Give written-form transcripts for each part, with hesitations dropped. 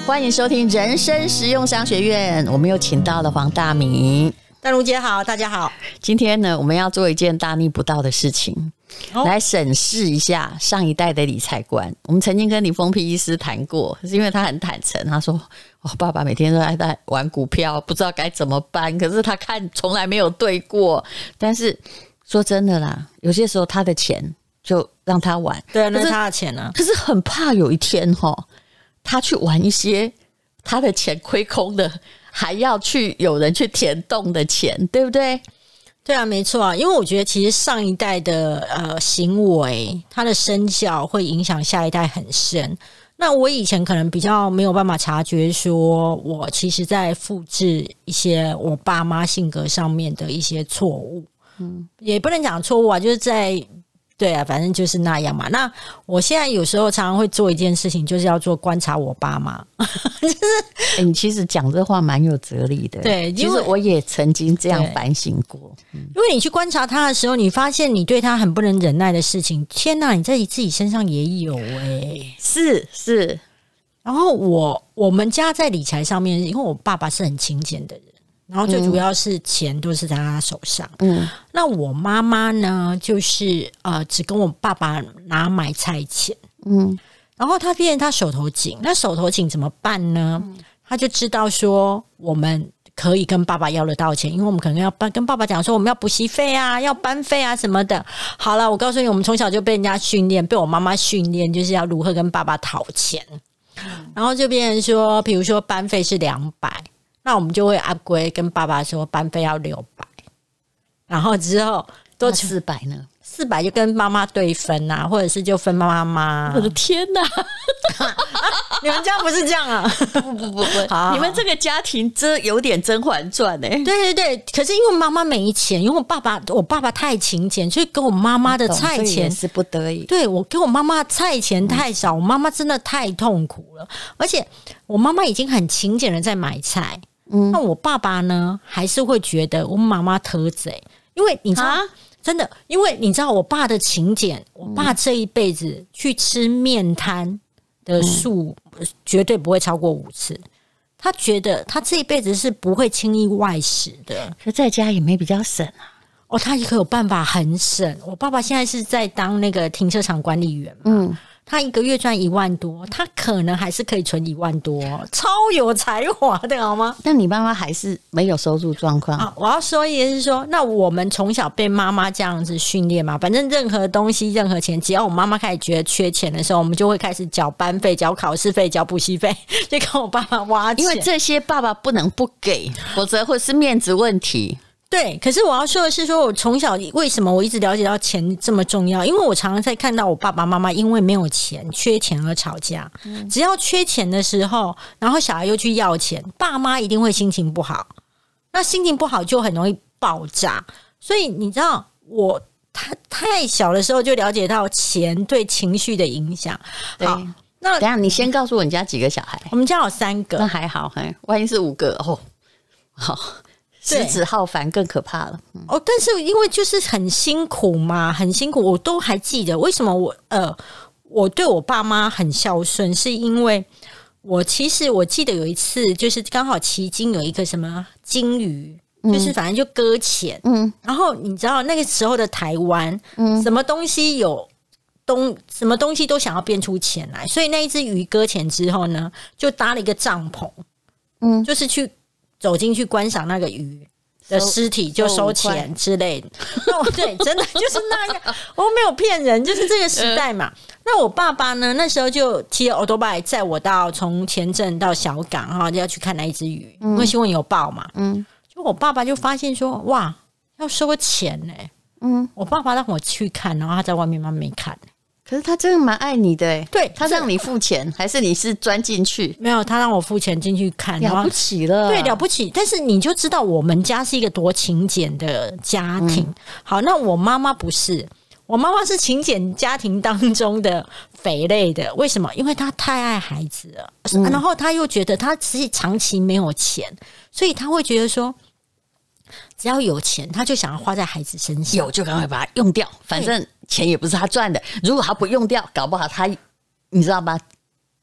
欢迎收听人生实用商学院，我们又请到了黄大明。 淡如姐好，大家好。 今天呢，我们要做一件大逆不道的事情，来审视一下上一代的理财观。我们曾经跟李丰庇医师谈过，是因为他很坦诚，他说爸爸每天都在玩股票，不知道该怎么办，可是他看从来没有对过。但是说真的啦，有些时候他的钱就让他玩， 对，那是他的钱啊。 可是很怕有一天他去玩一些他的钱亏空的，还要去有人去填洞的钱，对不对？ 对啊，没错啊。因为我觉得其实上一代的行为，它的生效会影响下一代很深。那我以前可能比较没有办法察觉，说我其实在复制一些我爸妈性格上面的一些错误。也不能讲错误啊，就是对啊，反正就是那样嘛。那我现在有时候常常会做一件事情，就是要做观察我爸妈。就是你其实讲这话蛮有哲理的。 对， 其实我也曾经这样反省过。 因为你去观察他的时候，你发现你对他很不能忍耐的事情，天哪，你在你自己身上也有是。 然后我们家在理财上面，因为我爸爸是很勤俭的人。然后最主要是钱都是在他手上。那我妈妈呢，就是只跟我爸爸拿买菜钱。然后他变成他手头紧，那手头紧怎么办呢？他就知道说我们可以跟爸爸要得到钱，因为我们可能要跟爸爸讲说我们要补习费啊，要班费啊什么的。好了，我告诉你，我们从小就被人家训练，被我妈妈训练，就是要如何跟爸爸讨钱。然后就变成说，比如说班费是200。那我们就会 upgrade 跟爸爸说班费要600，然后之后都 400呢 ？400就跟妈妈对分啊，或者是就分妈妈。 我的天哪！ 你们家不是这样啊？ 不，你们这个家庭这有点《甄嬛传》欸。 对，可是因为妈妈没钱，因为我爸爸太勤俭，所以给我妈妈的菜钱是不得已。 对，我给我妈妈菜钱太少，我妈妈真的太痛苦了。而且我妈妈已经很勤俭的在买菜。那我爸爸呢，还是会觉得我妈妈偷贼，因为你知道，真的，因为你知道我爸的勤俭，我爸这一辈子去吃面摊的数绝对不会超过5次。他觉得他这一辈子是不会轻易外食的， 可在家也没比较省啊。 他也可有办法很省。我爸爸现在是在当那个停车场管理员嘛。他一个月赚1万多，他可能还是可以存1万多，超有才华的好吗？ 那你妈妈还是没有收入状况我要说也是说，那我们从小被妈妈这样子训练嘛，反正任何东西任何钱，只要我妈妈开始觉得缺钱的时候，我们就会开始缴班费、缴考试费、缴补习费，就跟我爸爸挖钱， 因为这些爸爸不能不给，否则会是面子问题。 对，可是我要说的是，说我从小为什么我一直了解到钱这么重要？因为我常常在看到我爸爸妈妈因为没有钱、缺钱而吵架。只要缺钱的时候，然后小孩又去要钱，爸妈一定会心情不好。那心情不好就很容易爆炸。所以你知道，我太小的时候就了解到钱对情绪的影响。好，那等一下你先告诉我你家几个小孩？ 我们家有3个， 那还好，万一是5个好。食指浩繁更可怕了。 但是因为就是很辛苦嘛，很辛苦，我都还记得为什么我对我爸妈很孝顺，是因为我记得有一次就是刚好旗津有一个什么金鱼，就是反正就搁浅，然后你知道那个时候的台湾，什么东西什么东西都想要变出钱来，所以那一只鱼搁浅之后呢，就搭了一个帐篷，就是走进去观赏那个鱼的尸体，就收钱之类的。对，真的就是那个，我没有骗人，就是这个时代嘛。那我爸爸呢，那时候就骑欧多拜载我从前镇到小港就要去看那一只鱼，因为新闻有报嘛。就我爸爸就发现说，哇，要收钱欸。我爸爸让我去看，然后他在外面慢慢没看。 可是他真的蛮爱你的欸。 对， 他让你付钱，还是你是钻进去？ 没有，他让我付钱进去看， 了不起了。 对，了不起。但是你就知道我们家是一个多勤俭的家庭。好，那我妈妈不是，我妈妈是勤俭家庭当中的肥类的。为什么？因为她太爱孩子了，然后她又觉得她自己长期没有钱，所以她会觉得说，只要有钱，他就想要花在孩子身上， 有就赶快把它用掉，反正钱也不是他赚的。如果他不用掉，搞不好他，你知道吗？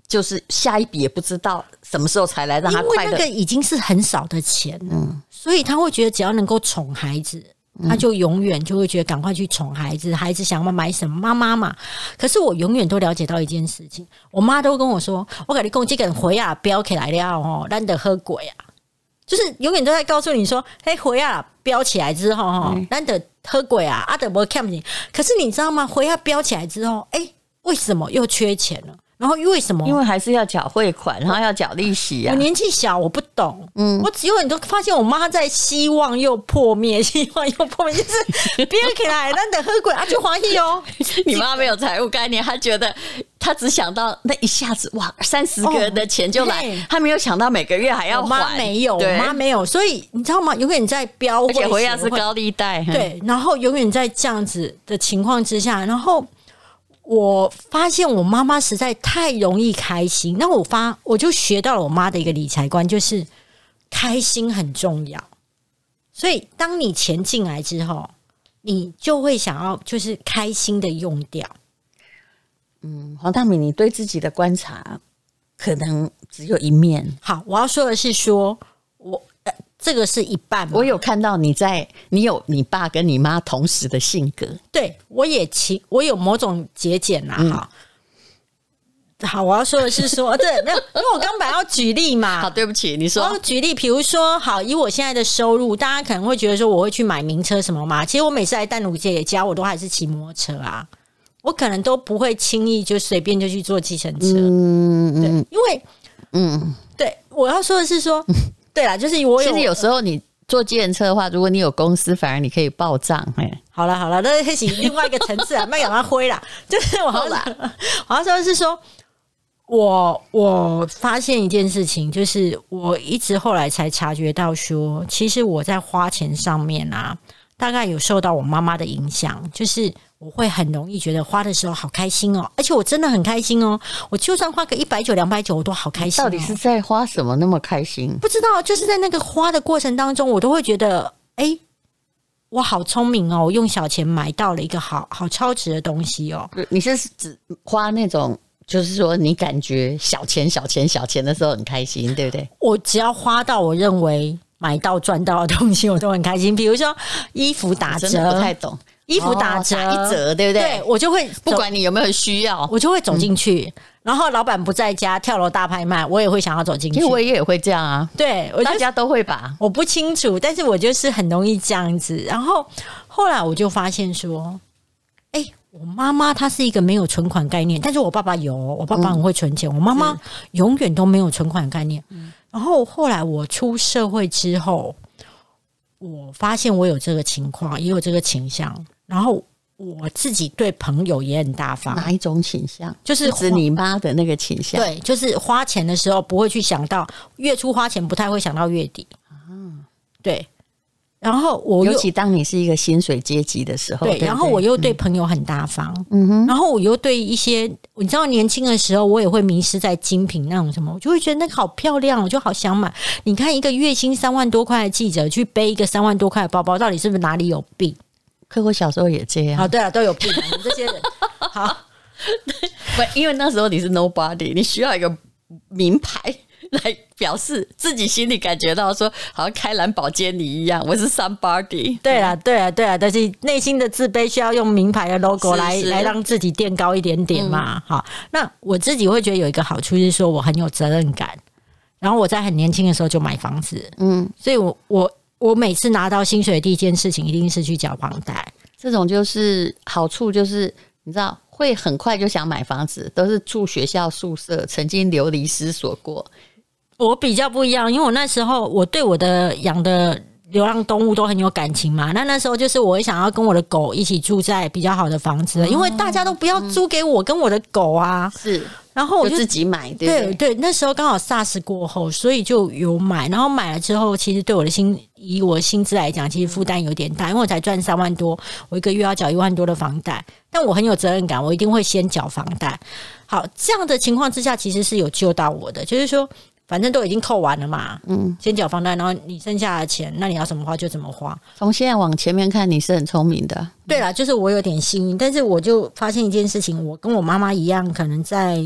就是下一笔也不知道什么时候才来让他快乐， 因为那个已经是很少的钱了，所以他会觉得只要能够宠孩子，他就永远就会觉得赶快去宠孩子，孩子想要买什么妈妈嘛。可是我永远都了解到一件事情，我妈都跟我说，我跟你讲这个回啊标起来了哦，咱得喝鬼啊，就是永远都在告诉你说，嘿回啊标起来之后咱得喝鬼啊，啊得不看不起。可是你知道吗？回啊标起来之后，为什么又缺钱了？然后为什么？ 因为还是要缴汇款，然后要缴利息啊。 我年纪小，我不懂。我只有你都发现我妈在希望又破灭，希望又破灭，就是别起来，咱得喝鬼啊，就欢喜哦。 你妈没有财务概念，她觉得她只想到那一下子哇，30个人的钱就来，她没有想到每个月还要还。 我妈没有，我妈没有，所以你知道吗？永远在标， 而且回家是高利贷， 对，然后永远在这样子的情况之下，然后。我发现我妈妈实在太容易开心，那我就学到了我妈的一个理财观，就是开心很重要。所以当你钱进来之后，你就会想要就是开心的用掉。 黄大米，你对自己的观察可能只有一面。好， 我要说的是说，这个是一半嘛。 我有看到你有你爸跟你妈同时的性格， 对我有某种节俭啦。好，我要说的是说，对，没有，因为我刚本来要举例嘛。 好，对不起，你说。 我要举例，比如说，好，以我现在的收入，大家可能会觉得说我会去买名车什么嘛。其实我每次来淡如姐家，我都还是骑摩托车啊，我可能都不会轻易就随便就去坐计程车。对，因为对，我要说的是说。对啦，就是其实有时候你坐计程车的话，如果你有公司，反而你可以报账。 好了，那是另外一个层次啊，卖给他灰啦。就是我要说的是说，我发现一件事情，就是我一直后来才察觉到说，其实我在花钱上面啊，大概有受到我妈妈的影响，就是我会很容易觉得花的时候好开心哦，而且我真的很开心哦，我就算花个190、290，我都好开心。 到底是在花什么那么开心？ 不知道，就是在那个花的过程当中，我都会觉得，我好聪明哦，我用小钱买到了一个好超值的东西哦。 你是指花那种？就是说，你感觉小钱的时候很开心，对不对？ 我只要花到我认为买到赚到的东西，我都很开心。比如说衣服打折， 真的不太懂。 衣服打折 1折，对不对？ 对，我就会不管你有没有需要， 我就会走进去。然后老板不在家，跳楼大拍卖，我也会想要走进去。 因为我也会这样啊， 对， 大家都会吧？ 我不清楚，但是我就是很容易这样子。然后后来我就发现说，我妈妈她是一个没有存款概念，但是我爸爸有，我爸爸很会存钱，我妈妈永远都没有存款概念。然后后来我出社会之后，我发现我有这个情况，也有这个倾向。然后我自己对朋友也很大方。 哪一种倾向？ 就是指你妈的那个倾向。 对，就是花钱的时候不会去想到月初花钱，不太会想到月底。对。然后尤其当你是一个薪水阶级的时候， 对，然后我又对朋友很大方，然后我又对一些你知道年轻的时候，我也会迷失在精品那种什么，我就会觉得那个好漂亮，我就好想买。你看一个月薪3万多块的记者去背一个3万多块的包包，到底是不是哪里有病？ 可我小时候也这样。 对啊，都有病啊！你们这些人好， 因为那时候你是 nobody， 你需要一个名牌来表示自己心里感觉到说，好像开兰博基尼一样，我是 somebody。 对啊，但是内心的自卑需要用名牌的 logo 来让自己垫高一点点嘛。好，那我自己会觉得有一个好处是说，我很有责任感。然后我在很年轻的时候就买房子，所以我每次拿到薪水的第一件事情一定是去缴房贷。 这种就是好处，就是你知道会很快就想买房子，都是住学校宿舍，曾经流离失所过。 我比较不一样，因为我那时候我对我的养的流浪动物都很有感情嘛。那时候就是我想要跟我的狗一起住在比较好的房子，因为大家都不要租给我跟我的狗啊。 是， 然后我就自己买，对不对？ 对，那时候刚好 SARS 过后，所以就有买。然后买了之后，其实对我的以我的薪资来讲，其实负担有点大，因为我才赚3万多，我一个月要缴1万多的房贷。但我很有责任感，我一定会先缴房贷。好，这样的情况之下，其实是有救到我的，就是说。反正都已经扣完了嘛，先缴房贷，然后你剩下的钱，那你要怎么花就怎么花。 从现在往前面看，你是很聪明的。 对啦，就是我有点幸运，但是我就发现一件事情，我跟我妈妈一样，可能在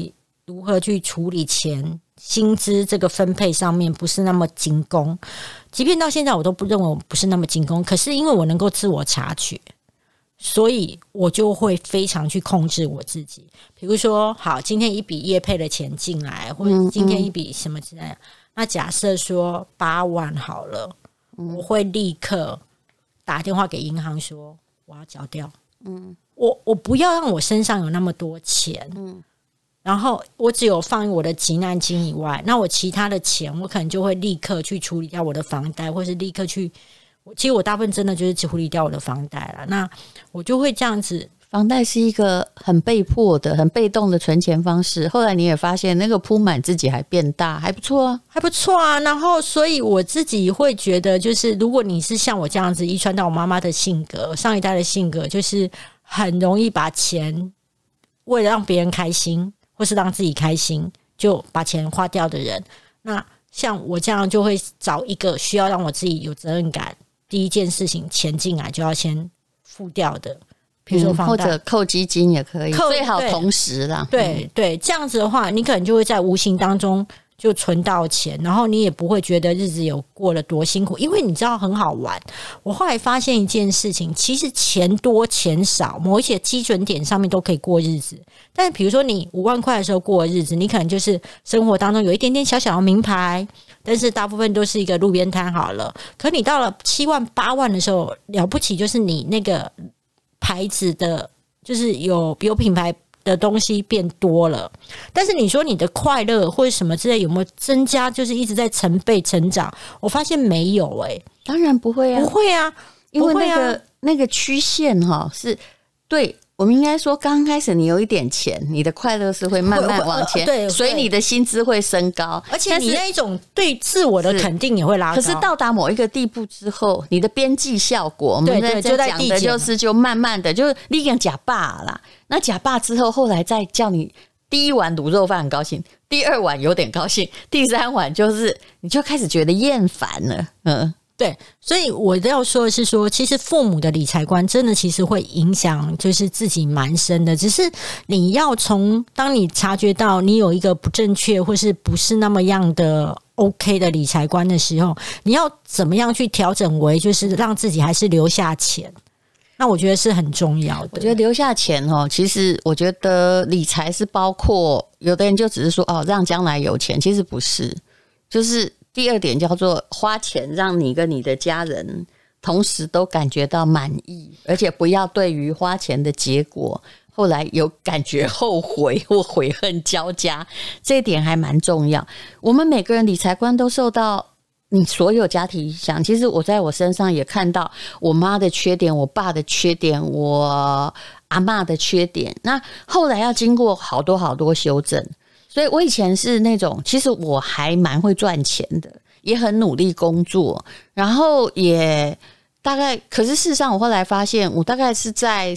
如何去处理钱、薪资这个分配上面不是那么精工，即便到现在我都不认为我不是那么精工，可是因为我能够自我察觉，所以我就会非常去控制我自己。比如说，好，今天一笔业配的钱进来，或者今天一笔什么之类的，那假设说8万好了，我会立刻打电话给银行说我要缴掉。我不要让我身上有那么多钱。然后我只有放我的急难金以外，那我其他的钱我可能就会立刻去处理掉我的房贷，或是立刻去，其实我大部分真的就是处理掉我的房贷了。那我就会这样子。 房贷是一个很被迫的、很被动的存钱方式。后来你也发现那个铺满自己还变大，还不错啊， 还不错啊。然后，所以我自己会觉得，就是如果你是像我这样子遗传到我妈妈的性格，上一代的性格，就是很容易把钱为了让别人开心，或是让自己开心，就把钱花掉的人。那像我这样，就会找一个需要让我自己有责任感，第一件事情钱进来就要先付掉的。比如说房贷， 或者扣基金也可以，最好同时啦。 对对，这样子的话，你可能就会在无形当中就存到钱，然后你也不会觉得日子有过了多辛苦，因为你知道很好玩。我后来发现一件事情，其实钱多钱少，某一些基准点上面都可以过日子。但是比如说你5万块的时候过的日子，你可能就是生活当中有一点点小小的名牌，但是大部分都是一个路边摊好了。可你到了7万8万的时候，了不起就是你那个牌子的，就是有品牌的东西变多了，但是你说你的快乐或者什么之类有没有增加，就是一直在成倍成长？我发现没有。 当然不会啊， 不会啊， 因为那个曲线是对。我们应该说，刚开始你有一点钱，你的快乐是会慢慢往前， 对， 所以你的薪资会升高， 而且你那一种对自我的肯定也会拉高。 可是到达某一个地步之后，你的边际效果，我们在讲的就是就慢慢的，就是你讲假霸啦，那假霸之后，后来再叫你第1碗卤肉饭很高兴，第2碗有点高兴，第3碗就是你就开始觉得厌烦了， 对，所以我要说的是说，其实父母的理财观真的其实会影响，就是自己蛮深的。只是你要当你察觉到你有一个不正确或是不是那么样的 OK 的理财观的时候，你要怎么样去调整为就是让自己还是留下钱？那我觉得是很重要的。 我觉得留下钱其实我觉得理财是包括有的人就只是说让将来有钱，其实不是，就是第2点叫做花钱让你跟你的家人同时都感觉到满意，而且不要对于花钱的结果后来有感觉后悔或悔恨交加，这一点还蛮重要。我们每个人理财观都受到你所有家庭影响，其实我在我身上也看到我妈的缺点，我爸的缺点，我阿嬷的缺点，那后来要经过好多修正。所以我以前是那种，其实我还蛮会赚钱的，也很努力工作，然后也大概，可是事实上我后来发现，我大概是在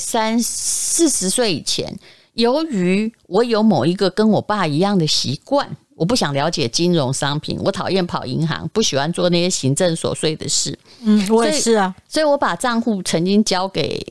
30-40岁以前，由于我有某一个跟我爸一样的习惯，我不想了解金融商品，我讨厌跑银行，不喜欢做那些行政琐碎的事。 我也是啊， 所以我把账户曾经交给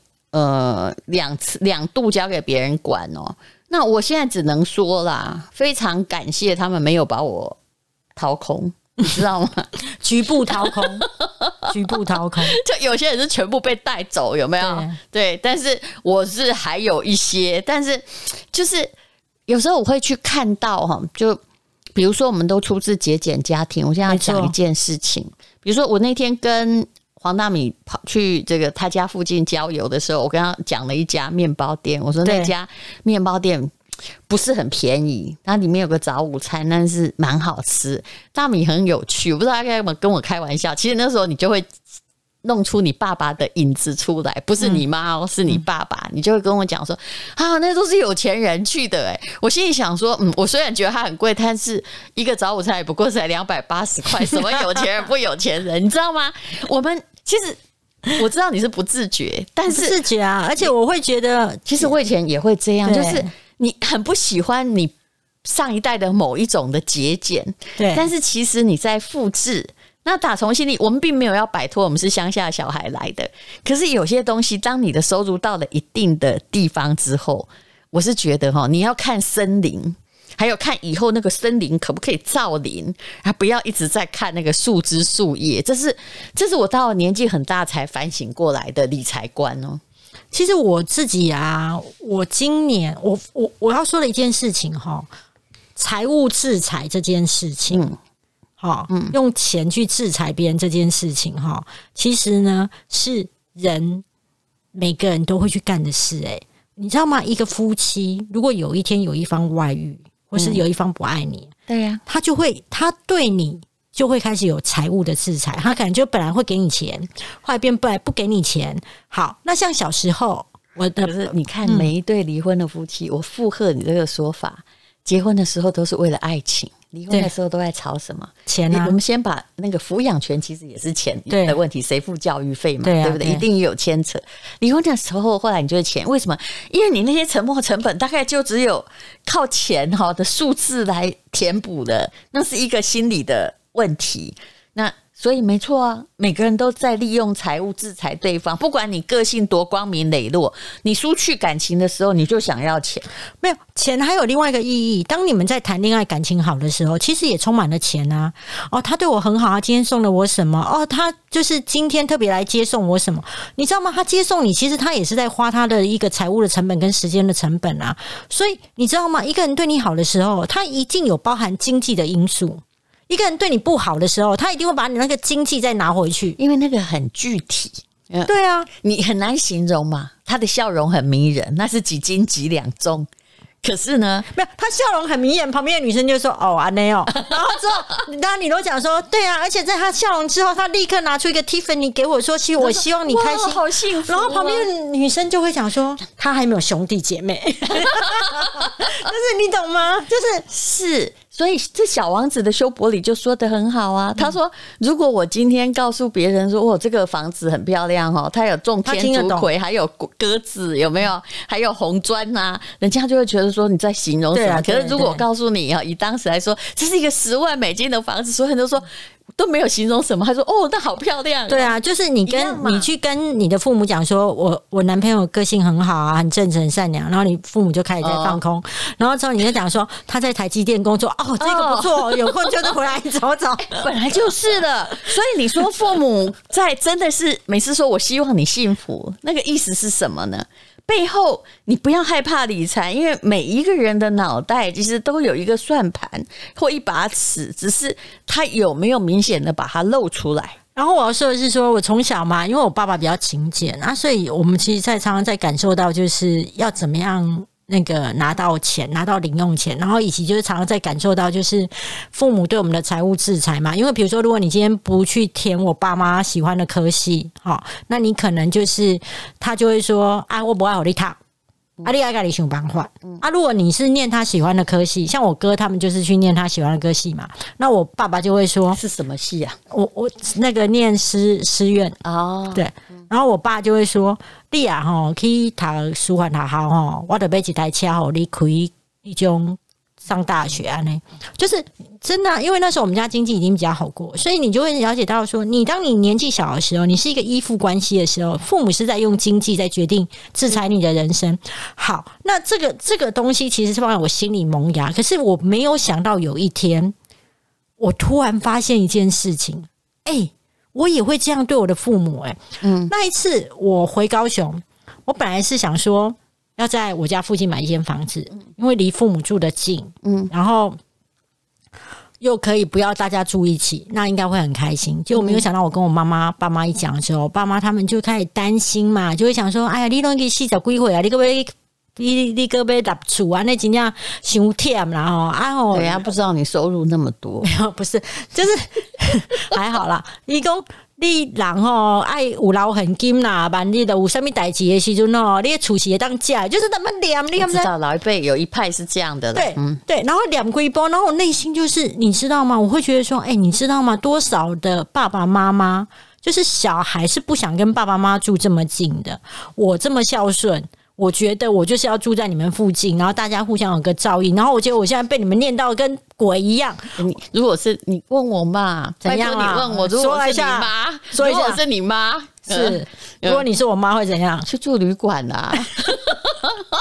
2度交给别人管那我现在只能说啦，非常感谢他们没有把我掏空，你知道吗？ 局部掏空，局部掏空。 就有些人是全部被带走，有没有？对，但是我是还有一些，但是就是有时候我会去看到就比如说我们都出自节俭家庭，我现在要讲一件事情，比如说我那天跟黄大米跑去这个他家附近郊游的时候，我跟他讲了一家面包店，我说那家面包店不是很便宜，它里面有个早午餐，但是蛮好吃。大米很有趣，我不知道他该跟我开玩笑，其实那时候你就会弄出你爸爸的影子出来，不是你妈是你爸爸，你就会跟我讲说那都是有钱人去的我心里想说我虽然觉得它很贵，但是一个早午餐也不过才280块，什么有钱人不有钱人你知道吗？我们其实我知道你是不自觉，但是不自觉啊，而且我会觉得其实我以前也会这样，就是你很不喜欢你上一代的某一种的节俭，对，但是其实你在复制。那打从心里，我们并没有要摆脱我们是乡下小孩来的，可是有些东西当你的收入到了一定的地方之后，我是觉得你要看森林， 还有看以后那个森林可不可以造林，还不要一直在看那个树枝树叶，这是我到了年纪很大才反省过来的理财观哦。 其实我自己啊，我今年我要说的一件事情哈，财务制裁这件事情，用钱去制裁别人这件事情哈，其实呢是每个人都会去干的事你知道吗？一个夫妻如果有一天有一方外遇，或是有一方不爱你， 对呀， 他对你就会开始有财务的制裁，他可能就本来会给你钱，后来变不给你钱。好，那像小时候可是你看每一对离婚的夫妻，我附和你这个说法，结婚的时候都是为了爱情，离婚的时候都在吵什么钱啊？ 我们先把那个抚养权其实也是钱的问题，谁付教育费嘛，对不对？一定有牵扯。离婚的时候，后来你就是钱，为什么？因为你那些沉没成本大概就只有靠钱的数字来填补的，那是一个心理的问题。那所以没错啊，每个人都在利用财务制裁对方，不管你个性多光明磊落，你失去感情的时候，你就想要钱。 没有钱还有另外一个意义，当你们在谈恋爱感情好的时候，其实也充满了钱啊。他对我很好，他今天送了我什么？他就是今天特别来接送我什么？你知道吗？他接送你，其实他也是在花他的一个财务的成本跟时间的成本啊。所以你知道吗？一个人对你好的时候，他一定有包含经济的因素。一个人对你不好的时候，他一定会把你那个经济再拿回去， 因为那个很具体。 对啊， 你很难形容嘛。他的笑容很迷人，那是几斤几两重。可是呢， 没有，他笑容很迷人，旁边的女生就说：“哦，安内哦。”然后之后，当你都讲说：“对啊。”而且在他笑容之后，他立刻拿出一个 Tiffany 给我说：“其实我希望你开心， 好幸福。” 然后旁边的女生就会讲说：“他还没有兄弟姐妹。”就是你懂吗？ 是。所以这小王子的修伯里就说得很好啊，他说如果我今天告诉别人说这个房子很漂亮它有种天竺葵，还有鸽子，有没有？还有红砖啊，人家就会觉得说你在形容什么。可是如果我告诉你以当时来说，这是一个$10万的房子，所有人都说都没有形容什么，他说那好漂亮。 对啊，就是你去跟你的父母讲说我男朋友个性很好啊，很正直很善良，然后你父母就开始在放空，然后之后你就讲说他在台积电工作，这个不错，有空就是回来走走。 本来就是的。所以你说父母在真的是每次说我希望你幸福，那个意思是什么呢？背后你不要害怕理财，因为每一个人的脑袋其实都有一个算盘或一把尺，只是他有没有明显的把它露出来。 然后我要说的是说，我从小嘛，因为我爸爸比较勤俭啊，所以我们其实常常在感受到就是要怎么样那个拿到钱，拿到零用钱，然后以及就是常常在感受到就是父母对我们的财务制裁嘛。因为比如说，如果你今天不去填我爸妈喜欢的科系，那你可能就是他就会说我不爱我你读，你爱你想办法。如果你是念他喜欢的科系，像我哥他们就是去念他喜欢的科系嘛，那我爸爸就会说是什么系啊？ 我那个念师院对。然后我爸就会说：“你啊去读师范学校我就买一台车你开一种上大学啊呢。”就是真的因为那时候我们家经济已经比较好过，所以你就会了解到说，当你年纪小的时候，你是一个依附关系的时候，父母是在用经济在决定制裁你的人生。好，那这个东西其实是放在我心里萌芽，可是我没有想到有一天，我突然发现一件事情，我也会这样对我的父母那一次我回高雄，我本来是想说要在我家附近买一间房子，因为离父母住得近，然后又可以不要大家住一起，那应该会很开心。结果没有想到，我跟我爸妈一讲的时候，爸妈他们就开始担心嘛，就会想说：“哎呀，你都已经40几岁啊，你可不可以？”你个要入厝啊？那真正伤忝啦对啊，不知道你收入那么多， 没有，不是，就是还好啦。你讲你人爱有留现金啦，万一有什么代志的时阵你的厝是会当借，就是那么念，你知道老一辈有一派是这样的啦。 对，然后念几波，然后我内心就是你知道吗？我会觉得说，你知道吗？多少的爸爸妈妈就是小孩是不想跟爸爸妈妈住这么近的，我这么孝顺。我觉得我就是要住在你们附近，然后大家互相有个照应。然后我觉得我现在被你们念到跟鬼一样。 如果是你问我嘛， 怎样啊？ 你问我，如果是你妈，如果是你妈， 如果你是我妈会怎样？ 去住旅馆啊。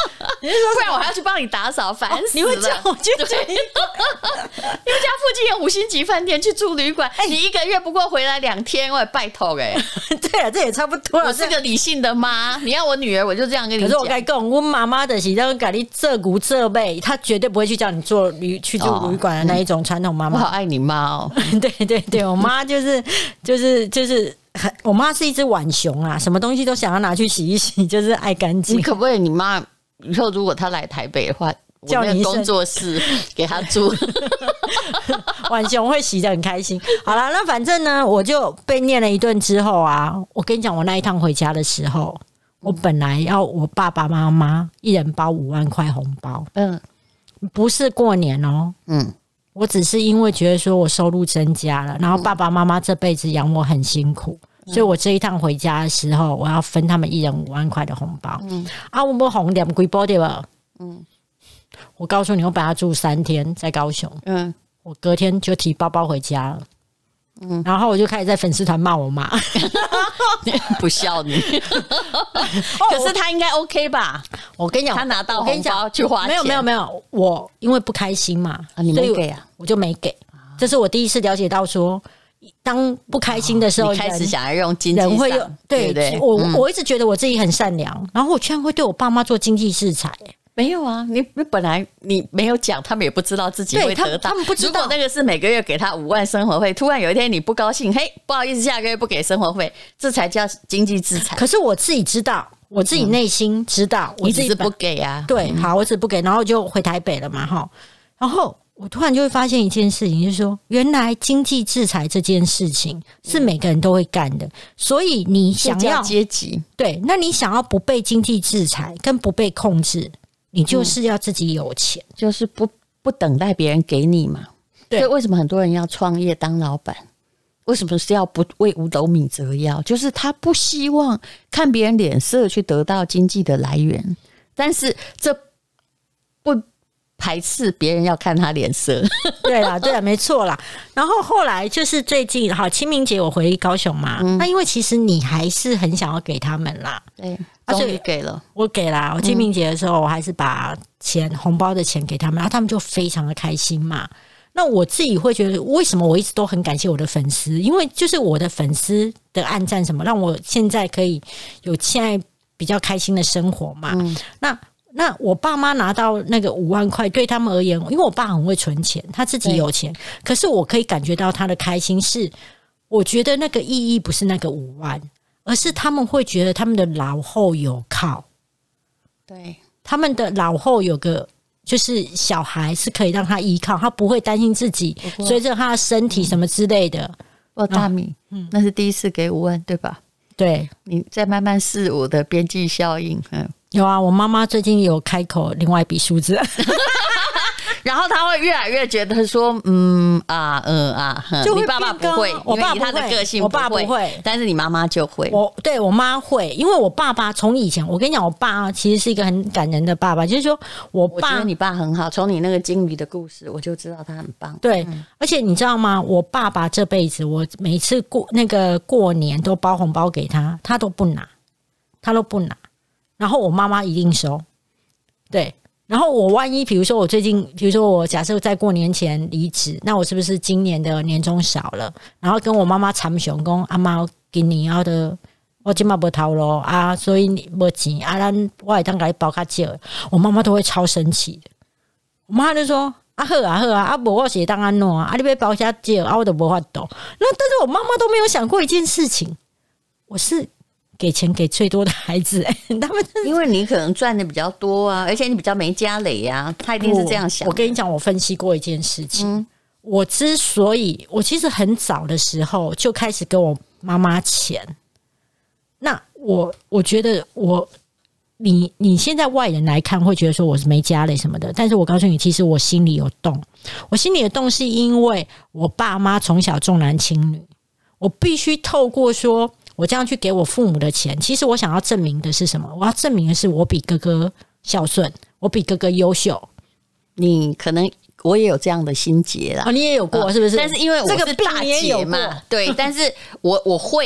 不然我还要去帮你打扫，烦死了。 你会叫我去住旅馆？你们家附近有5星级饭店，去住旅馆，你1个月不过回来2天，我也拜托对啊，这也差不多。 我是个理性的妈，你要我女儿，我就这样跟你讲。 可是我跟你讲，我妈妈的是要给你做骨做背，她绝对不会去叫你去住旅馆的那一种传统妈妈。 我好爱你妈哦。 对，我妈就是。我妈是一只浣熊啊，什么东西都想要拿去洗一洗，就是爱干净。 你可不可以，你妈以后如果她来台北的话，叫你工作室给她住， 浣熊会洗得很开心。好了，那反正呢，我就被念了一顿之后啊，我跟你讲，我那一趟回家的时候，我本来要我爸爸妈妈一人包5万块红包，不是过年哦，我只是因为觉得说我收入增加了，然后爸爸妈妈这辈子养我很辛苦，所以我这一趟回家的时候，我要分他们一人5万块的红包。我没红点几包对吧？我告诉你，我本来住3天在高雄，我隔天就提包包回家了。然后我就开始在粉丝团骂我妈， 不孝女。可是他应该 OK 吧？ 我跟你讲， 他拿到红包去花钱， 没有，我因为不开心嘛， 你没给啊， 我就没给。这是我第一次了解到说，当不开心的时候， 你开始想要用经济上， 人会用对我一直觉得我自己很善良，然后我居然会对我爸妈做经济制裁。 没有啊，你本来你没有讲，他们也不知道自己会得到。 他们不知道， 如果那个是每个月给他5万生活费，突然有一天你不高兴，嘿，不好意思，下个月不给生活费，这才叫经济制裁。 可是我自己知道，我自己内心知道，我自己不给啊。 对，好，我只不给，然后就回台北了嘛，哈。然后我突然就会发现一件事情，就是说，原来经济制裁这件事情是每个人都会干的，所以你想要阶级， 对，那你想要不被经济制裁跟不被控制。你就是要自己有钱， 就是不等待别人给你嘛。 对， 所以为什么很多人要创业当老板？为什么是要不为五斗米折腰？就是他不希望看别人脸色去得到经济的来源，但是这不排斥别人要看他脸色。 对啦，没错啦。然后后来就是最近好清明节我回高雄嘛，那因为其实你还是很想要给他们啦， 对。终于给了， 我给啦。我清明节的时候，我还是把红包的钱给他们，然后他们就非常的开心嘛。那我自己会觉得，为什么我一直都很感谢我的粉丝？因为就是我的粉丝的按赞什么，让我现在可以有现在比较开心的生活嘛。那我爸妈拿到那个5万块，对他们而言，因为我爸很会存钱，他自己有钱，可是我可以感觉到他的开心是，我觉得那个意义不是那个5万。而是他们会觉得他们的老后有靠， 对， 他们的老后有个就是小孩是可以让他依靠，他不会担心自己随着他的身体什么之类的。 大米，那是第一次给5万对吧？ 对， 你再慢慢试我的边际效应。 有啊，我妈妈最近有开口另外一笔数字。 然后他会越来越觉得说，你爸爸不会， 我爸不会， 他的个性我爸不会， 但是你妈妈就会。 对我妈会，因为我爸爸从以前，我跟你讲，我爸其实是一个很感人的爸爸，就是说我觉得你爸很好，从你那个金鱼的故事，我就知道他很棒。 对，而且你知道吗？我爸爸这辈子，我每次过年都包红包给他，他都不拿，然后我妈妈一定收，对。然后我万一比如说我假设在过年前离职，那我是不是今年的年终少了？然后跟我妈妈惨想说，阿妈今年要的我今嘛没头路啊，所以没钱啊，我会当给你包较少，我妈妈都会超生气的。我妈就说好啊，无我是当安怎啊？你要包较少啊，我都无法度。那但是我妈妈都没有想过一件事情，我是给钱给最多的孩子，他们因为你可能赚的比较多啊，而且你比较没家累啊，他一定是这样想。 我跟你讲，我分析过一件事情，我之所以我其实很早的时候就开始给我妈妈钱，那我觉得你现在外人来看会觉得说我是没家累什么的，但是我告诉你，其实我心里有洞，我心里的洞是因为我爸妈从小重男轻女，我必须透过说我这样去给我父母的钱，其实我想要证明的是什么？我要证明的是我比哥哥孝顺，我比哥哥优秀。 你可能我也有这样的心结啦， 你也有过是不是？ 但是因为我是大姐嘛，对，但是我会。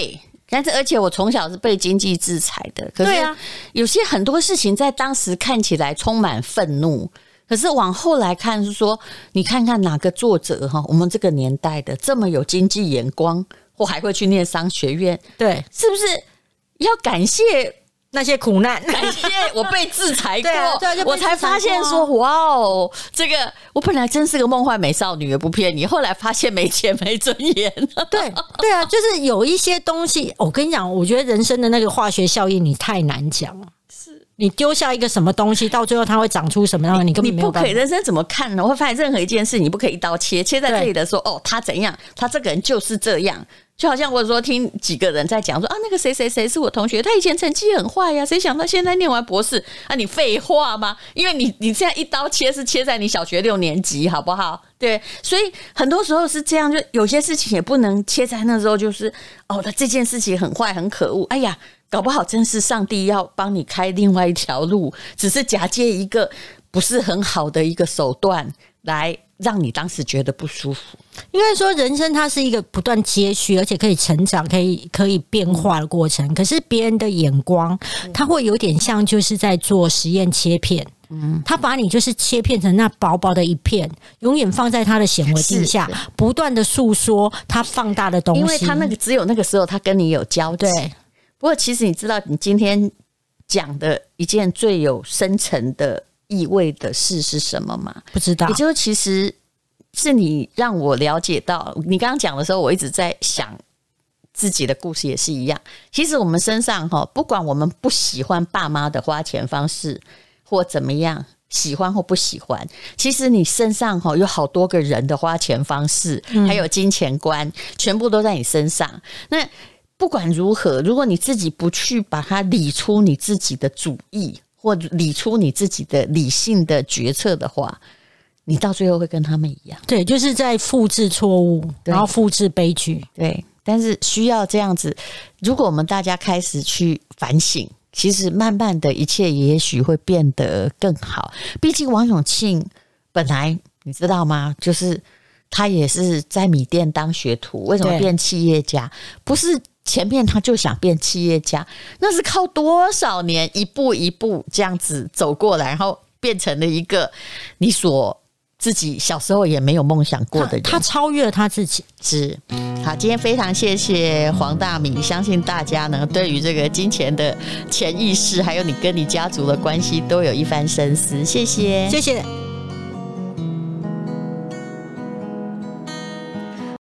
但是而且我从小是被经济制裁的，可是有些很多事情在当时看起来充满愤怒，可是往后来看是说，你看看哪个作者我们这个年代的这么有经济眼光，或还会去念商学院， 对， 是不是要感谢那些苦难， 感谢我被制裁过， 对我才发现说，哇哦，这个我本来真是个梦幻美少女，也不骗你。后来发现没钱没尊严。 对啊，就是有一些东西，我跟你讲，我觉得人生的那个化学效应，你太难讲了。你丢下一个什么东西，到最后它会长出什么样的，你根本没有办法。 你不可以，人生怎么看呢？我会发现任何一件事，你不可以一刀切在这里的说，哦，他怎样，他这个人就是这样。就好像我说听几个人在讲说啊，那个谁谁谁是我同学，他以前成绩很坏呀，谁想到现在念完博士啊？你废话吗？因为你现在一刀切是切在你小学6年级，好不好？对，所以很多时候是这样，就有些事情也不能切在那时候，就是哦，他这件事情很坏很可恶，哎呀，搞不好真是上帝要帮你开另外一条路，只是假借一个不是很好的一个手段来让你当时觉得不舒服。 应该说，人生它是一个不断接续，而且可以成长、可以变化的过程。可是别人的眼光，他会有点像就是在做实验切片。他把你就是切片成那薄薄的一片，永远放在他的显微镜下，不断的诉说他放大的东西。 因为他那个只有那个时候他跟你有交集。对。不过其实你知道，你今天讲的一件最有深层的意味的事是什么吗？ 不知道。 也就是其实是你让我了解到，你刚刚讲的时候，我一直在想自己的故事也是一样。其实我们身上不管我们不喜欢爸妈的花钱方式或怎么样，喜欢或不喜欢，其实你身上有好多个人的花钱方式，还有金钱观，全部都在你身上。那不管如何，如果你自己不去把它理出你自己的主意，或理出你自己的理性的决策的话，你到最后会跟他们一样。 对，就是在复制错误，然后复制悲剧。 对，但是需要这样子，如果我们大家开始去反省，其实慢慢的一切也许会变得更好。毕竟王永庆本来你知道吗，就是他也是在米店当学徒，为什么变企业家？不是前面他就想变企业家，那是靠多少年一步一步这样子走过来，然后变成了一个你所自己小时候也没有梦想过的人。 他超越了他自己。 是。好，今天非常谢谢黄大米，相信大家呢对于这个金钱的潜意识，还有你跟你家族的关系都有一番深思。谢谢， 谢谢。